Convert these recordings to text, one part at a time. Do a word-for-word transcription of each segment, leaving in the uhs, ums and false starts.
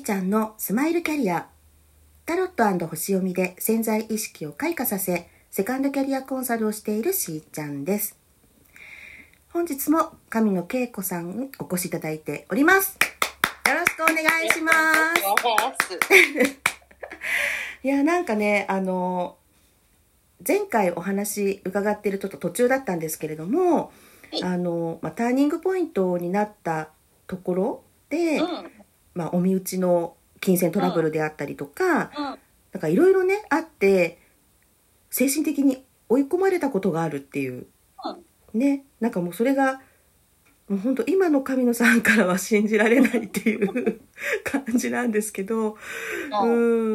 ーちゃんのスマイルキャリア。タロット&星読みで潜在意識を開花させ、セカンドキャリアコンサルをしているしーちゃんです。本日も神野恵子さんにお越しいただいております。よろしくお願いします。いや、なんかね、あの、前回お話伺っているちょっと途中だったんですけれども、あの、まあ、ターニングポイントになったところで、うん、まあ、お身内の金銭トラブルであったりとか、うん、なんかいろいろねあって精神的に追い込まれたことがあるっていう、うん、ね、なんかもうそれがもう本当今の神野さんからは信じられないっていう感じなんですけど、うん、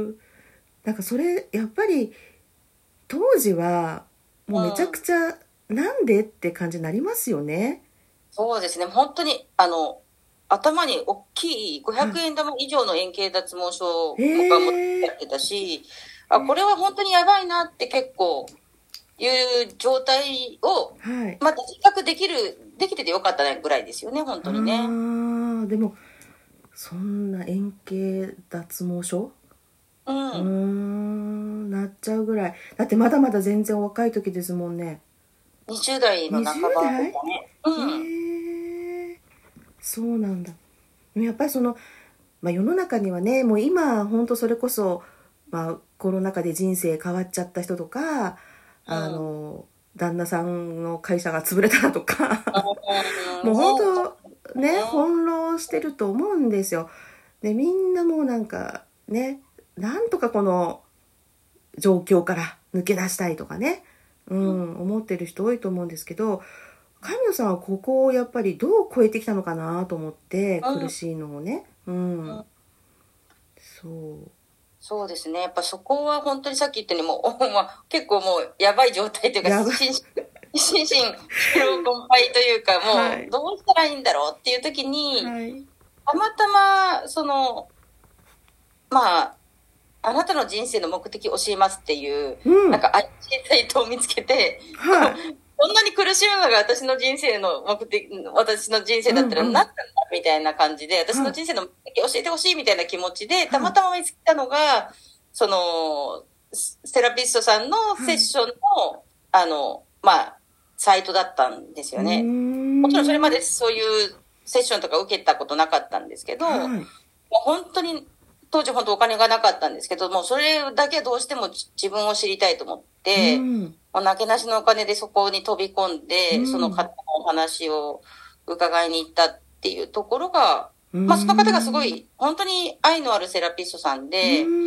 うん、なんかそれやっぱり当時はもうめちゃくちゃ、うん、なんでって感じになりますよね。 そうですね、本当にあの頭に大きいごひゃくえん玉以上の円形脱毛症とかもやってたし、えー、あこれは本当にやばいなって結構いう状態を、はい、また自覚できるできててよかったぐらいですよね、本当にね。 あでもそんな円形脱毛症、うん、うーんなっちゃうぐらいだってまだまだ全然若い時ですもんね。 にじゅう代の半ばとかね。うん、 えー、そうなんだ。やっぱりその、まあ、世の中にはねもう今本当それこそ、まあ、コロナ禍で人生変わっちゃった人とか、うん、あの旦那さんの会社が潰れたとかもう本当ね翻弄してると思うんですよ。でみんなもうなんかねなんとかこの状況から抜け出したいとかね、うん、思ってる人多いと思うんですけど、神野さんはここをやっぱりどう超えてきたのかなと思って、うん、苦しいのをね、うん、うん、そうそうですね、やっぱそこは本当にさっき言ったようにもう、まあ、結構もうやばい状態というか心身疲労困憊というかもうどうしたらいいんだろうっていう時に、はい、たまたまそのまああなたの人生の目的教えますっていう、うん、なんか アイシー サイトを見つけて、はい、こんなに苦しむのが私の人生の目的、私の人生だったら何なんだみたいな感じで、私の人生の目的教えてほしいみたいな気持ちで、たまたま見つけたのが、その、セラピストさんのセッションの、あの、まあ、サイトだったんですよね。もちろんそれまでそういうセッションとか受けたことなかったんですけど、はい、もう本当に、当時本当お金がなかったんですけども、それだけはどうしても自分を知りたいと思って、うん、なけなしのお金でそこに飛び込んで、うん、その方のお話を伺いに行ったっていうところが、うん、まあその方がすごい本当に愛のあるセラピストさんで、うん、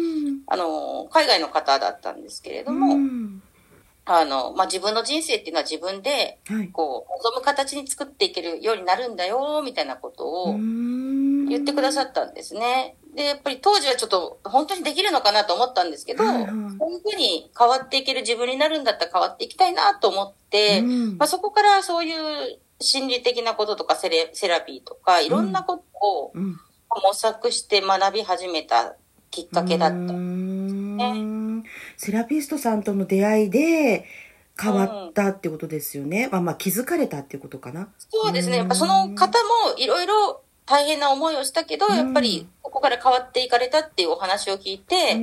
あの、海外の方だったんですけれども、うん、あの、まあ自分の人生っていうのは自分で、こう、望む形に作っていけるようになるんだよ、みたいなことを言ってくださったんですね。で、やっぱり当時はちょっと本当にできるのかなと思ったんですけど、はいはい、そういうふうに変わっていける自分になるんだったら変わっていきたいなと思って、うん、まあ、そこからそういう心理的なこととかセレ、セラピーとかいろんなことを模索して学び始めたきっかけだったんですね。 うん、セラピストさんとの出会いで変わったってことですよね。うん、まあまあ気づかれたっていうことかな。 そうですね。やっぱその方もいろいろ大変な思いをしたけど、やっぱりここから変わっていかれたっていうお話を聞いて、うん、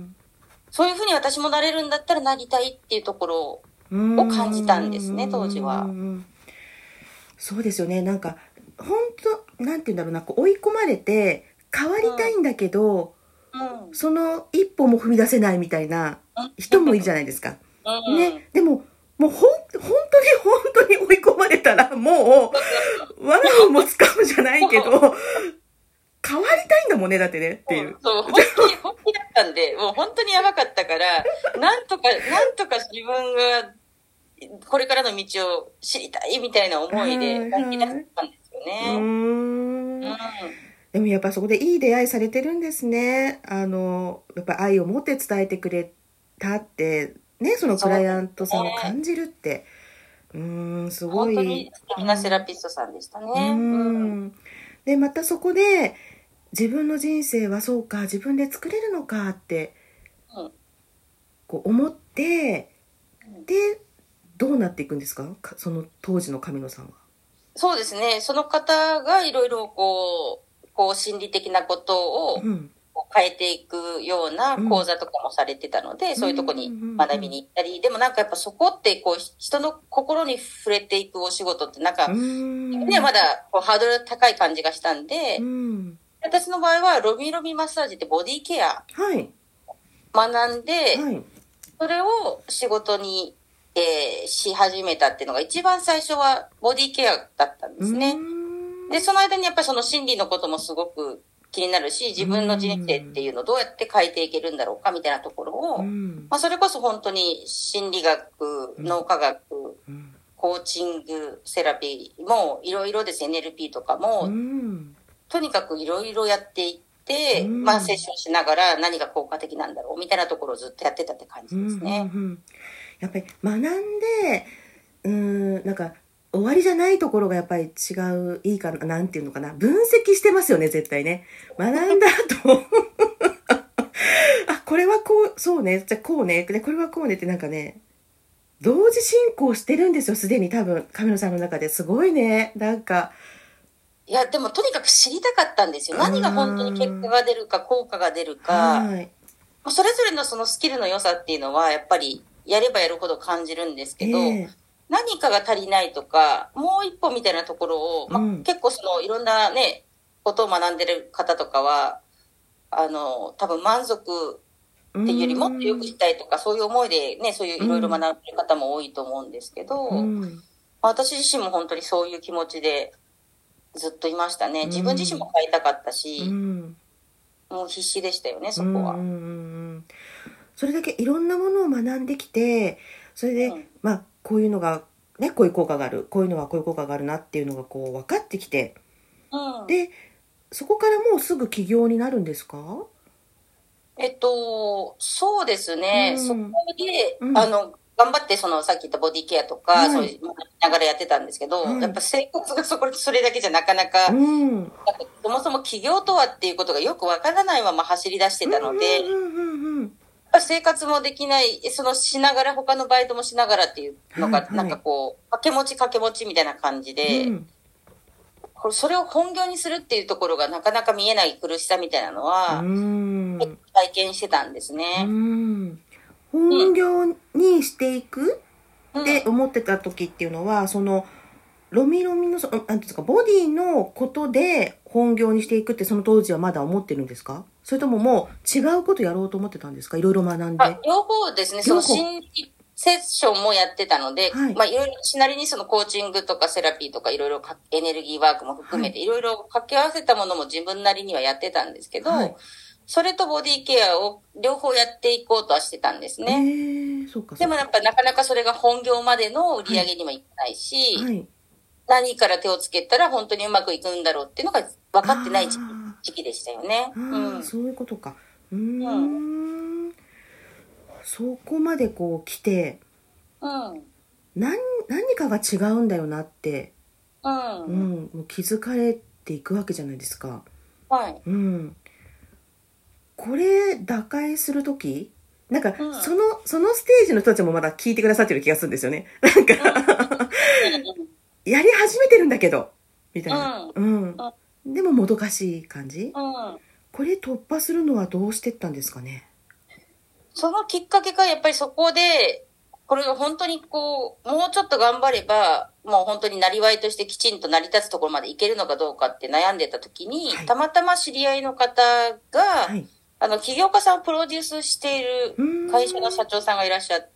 そういうふうに私もなれるんだったらなりたいっていうところを感じたんですね、当時は。 そうですよね。なんか本当なんていうんだろうな、こう追い込まれて変わりたいんだけど、うん、その一歩も踏み出せないみたいな人もいるじゃないですか。うん、ね、でももうほん本当に本当に追い込まれたらもう罠をもつかむじゃないけど変わりたいんだもんね、だってねっていう。 そう、本当に本気だったんで、もう本当にやばかったから、なんとかなんとか自分がこれからの道を知りたいみたいな思いで本気だったんですよね。うーん、うん、 でもやっぱそこでいい出会いされてるんですね。あのやっぱ愛を持って伝えてくれたってね、そのクライアントさんを感じるって、うーん、すごい本当に素敵なセラピストさんでしたね。うん、 うん、でまたそこで自分の人生はそうか自分で作れるのかって、うん、こう思って、うん、でどうなっていくんですか、その当時の神野さんは。 そうですね、その方がいろいろこうこう心理的なことを、うん、 変えていくような講座とかもされてたので、うん、そういうとこに学びに行ったり、でもなんかやっぱそこってこう人の心に触れていくお仕事ってなんか、うん、ね、まだこうハードル高い感じがしたんで、うん、私の場合はロミロミマッサージってボディケア学んで、はい、それを仕事に、えー、し始めたっていうのが一番最初はボディケアだったんですね。で、その間にやっぱりその心理のこともすごく気になるし、自分の人生っていうのをどうやって変えていけるんだろうかみたいなところを、まあ、それこそ本当に心理学、脳科学、コーチング、セラピーもいろいろです。 エヌエルピー とかも、とにかくいろいろやっていって、まあ、セッションしながら何が効果的なんだろうみたいなところをずっとやってたって感じですね。 うんうんうん、やっぱり学んで、うーん、なんか終わりじゃないところがやっぱり違う、いいかな、なんていうのかな、分析してますよね、絶対ね。学んだ後あ、これはこう、そうね、じゃあこうね、でこれはこうねってなんかね、同時進行してるんですよ、すでに多分、神野さんの中ですごいね、なんか。 いや、でもとにかく知りたかったんですよ。何が本当に結果が出るか、効果が出るか、はい、それぞれのそのスキルの良さっていうのは、やっぱりやればやるほど感じるんですけど、えー、何かが足りないとか、もう一歩みたいなところを、まあ、うん、結構そのいろんなね、ことを学んでる方とかは、あの、多分満足っていうよりもっとよくしたいとか、そういう思いでね、そういういろいろ学んでる方も多いと思うんですけど、うん、私自身も本当にそういう気持ちでずっといましたね。自分自身も変えたかったし、うん、もう必死でしたよね、そこは。うんうん、 それだけいろんなものを学んできて、それで、うん、まあ、こういうのが、ね、こういう効果がある、こういうのはこういう効果があるなっていうのがこう分かってきて、うん、で、そこからもうすぐ起業になるんですか？ えっと、そうですね。うん、そこで、うん、あの、頑張ってそのさっき言ったボディケアとか、はい、そういうながらやってたんですけど、はい、やっぱ生活がそこそれだけじゃなかなか、うん、なんかそもそも起業とはっていうことがよくわからないまま走り出してたので、生活もできない、そのしながら他のバイトもしながらっていうのが、はいはい、なんかこう掛け持ち掛け持ちみたいな感じで、うん、これそれを本業にするっていうところがなかなか見えない苦しさみたいなのは、うん、体験してたんですね。うん、 本業にしていくって思ってた時っていうのは、うん、そのロミロミのそなんていうんですか、ボディのことで本業にしていくってその当時はまだ思ってるんですか？それとももう違うことやろうと思ってたんですか？いろいろ学んで。 あ、両方ですね。その心理セッションもやってたので、はい、まあいろいろしなりにそのコーチングとかセラピーとかいろいろエネルギーワークも含めていろいろ掛け合わせたものも自分なりにはやってたんですけど、はい、それとボディケアを両方やっていこうとはしてたんですね。えー、そうかそうか。でもやっぱなかなかそれが本業までの売り上げにはいかないし、はいはい、何から手をつけたら本当にうまくいくんだろうっていうのが分かってない時期時期でしたよね。 うん、そういうことか。うーん、うん、そこまでこう来て、うん、何何かが違うんだよなって、うんうん、もう気づかれていくわけじゃないですか。はい。うん。これ打開するとき、なんか、うん、そのそのステージの人たちもまだ聞いてくださってる気がするんですよね。なんか、うん、やり始めてるんだけどみたいな。うん。うんうん、でももどかしい感じ。うん。これ突破するのはどうしてったんですかね？ そのきっかけがやっぱりそこで、これが本当にこう、もうちょっと頑張れば、もう本当になりわいとしてきちんと成り立つところまでいけるのかどうかって悩んでた時に、はい、たまたま知り合いの方が、はい、あの、起業家さんをプロデュースしている会社の社長さんがいらっしゃって、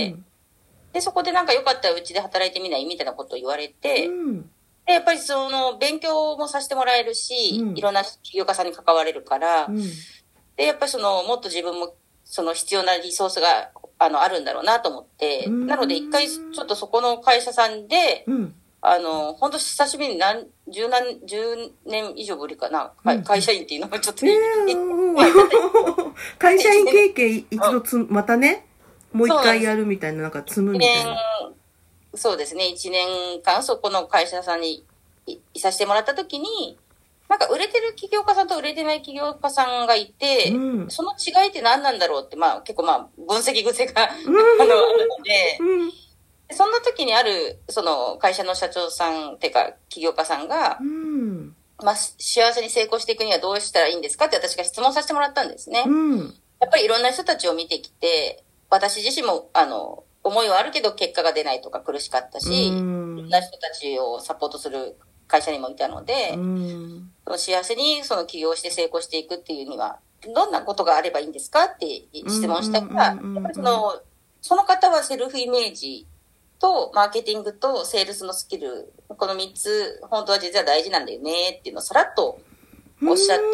で、そこでなんかよかったらうちで働いてみないみたいなことを言われて、で、やっぱりその勉強もさせてもらえるし、うん、いろんな起業家さんに関われるから、うん、で、やっぱりそのもっと自分もその必要なリソースがあのあるんだろうなと思って、うん、なので一回ちょっとそこの会社さんで、うん、あの、本当久しぶりに何、十何、十年以上ぶりかな、うん、会社員っていうのもちょっと、えー、会社員経験一度つ、またね、もう一回やるみたいな、なんか積むみたいな。 そうですね。一年間そこの会社さんにいいさせてもらったときに、なんか売れてる起業家さんと売れてない起業家さんがいて、うん、その違いって何なんだろうって、まあ結構まあ分析癖が、うん、あの、あるので、うん、そんな時にある、その会社の社長さんっていうか起業家さんが、うん、 まあ、幸せに成功していくにはどうしたらいいんですかって私が質問させてもらったんですね。 うん、 やっぱりいろんな人たちを見てきて、私自身も、あの、思いはあるけど結果が出ないとか苦しかったし、いろんな人たちをサポートする会社にもいたので、うん、その幸せにその起業して成功していくっていうには、どんなことがあればいいんですかって質問したら、やっぱりその、その方はセルフイメージとマーケティングとセールスのスキル、このみっつ、本当は実は大事なんだよねっていうのをさらっとおっしゃって。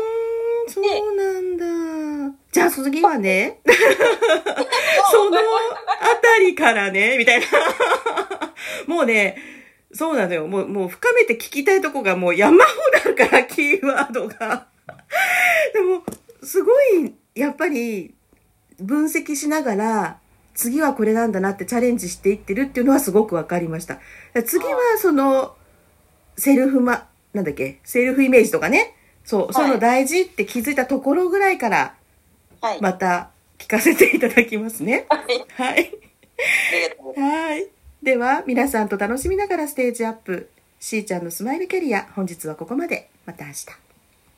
そうなんだ。じゃあ次はね、そのあたりからね、みたいな。もうね、そうなのよ。もう、もう深めて聞きたいとこがもう山ほどあるから、キーワードが。でも、すごい、やっぱり、分析しながら、次はこれなんだなってチャレンジしていってるっていうのはすごくわかりました。次はその、セルフマ、なんだっけ、セルフイメージとかね。そう、そういうの大事って気づいたところぐらいから、また聞かせていただきますね。はい。はい。はい。では、皆さんと楽しみながらステージアップ。しーちゃんのスマイルキャリア、本日はここまで。また明日。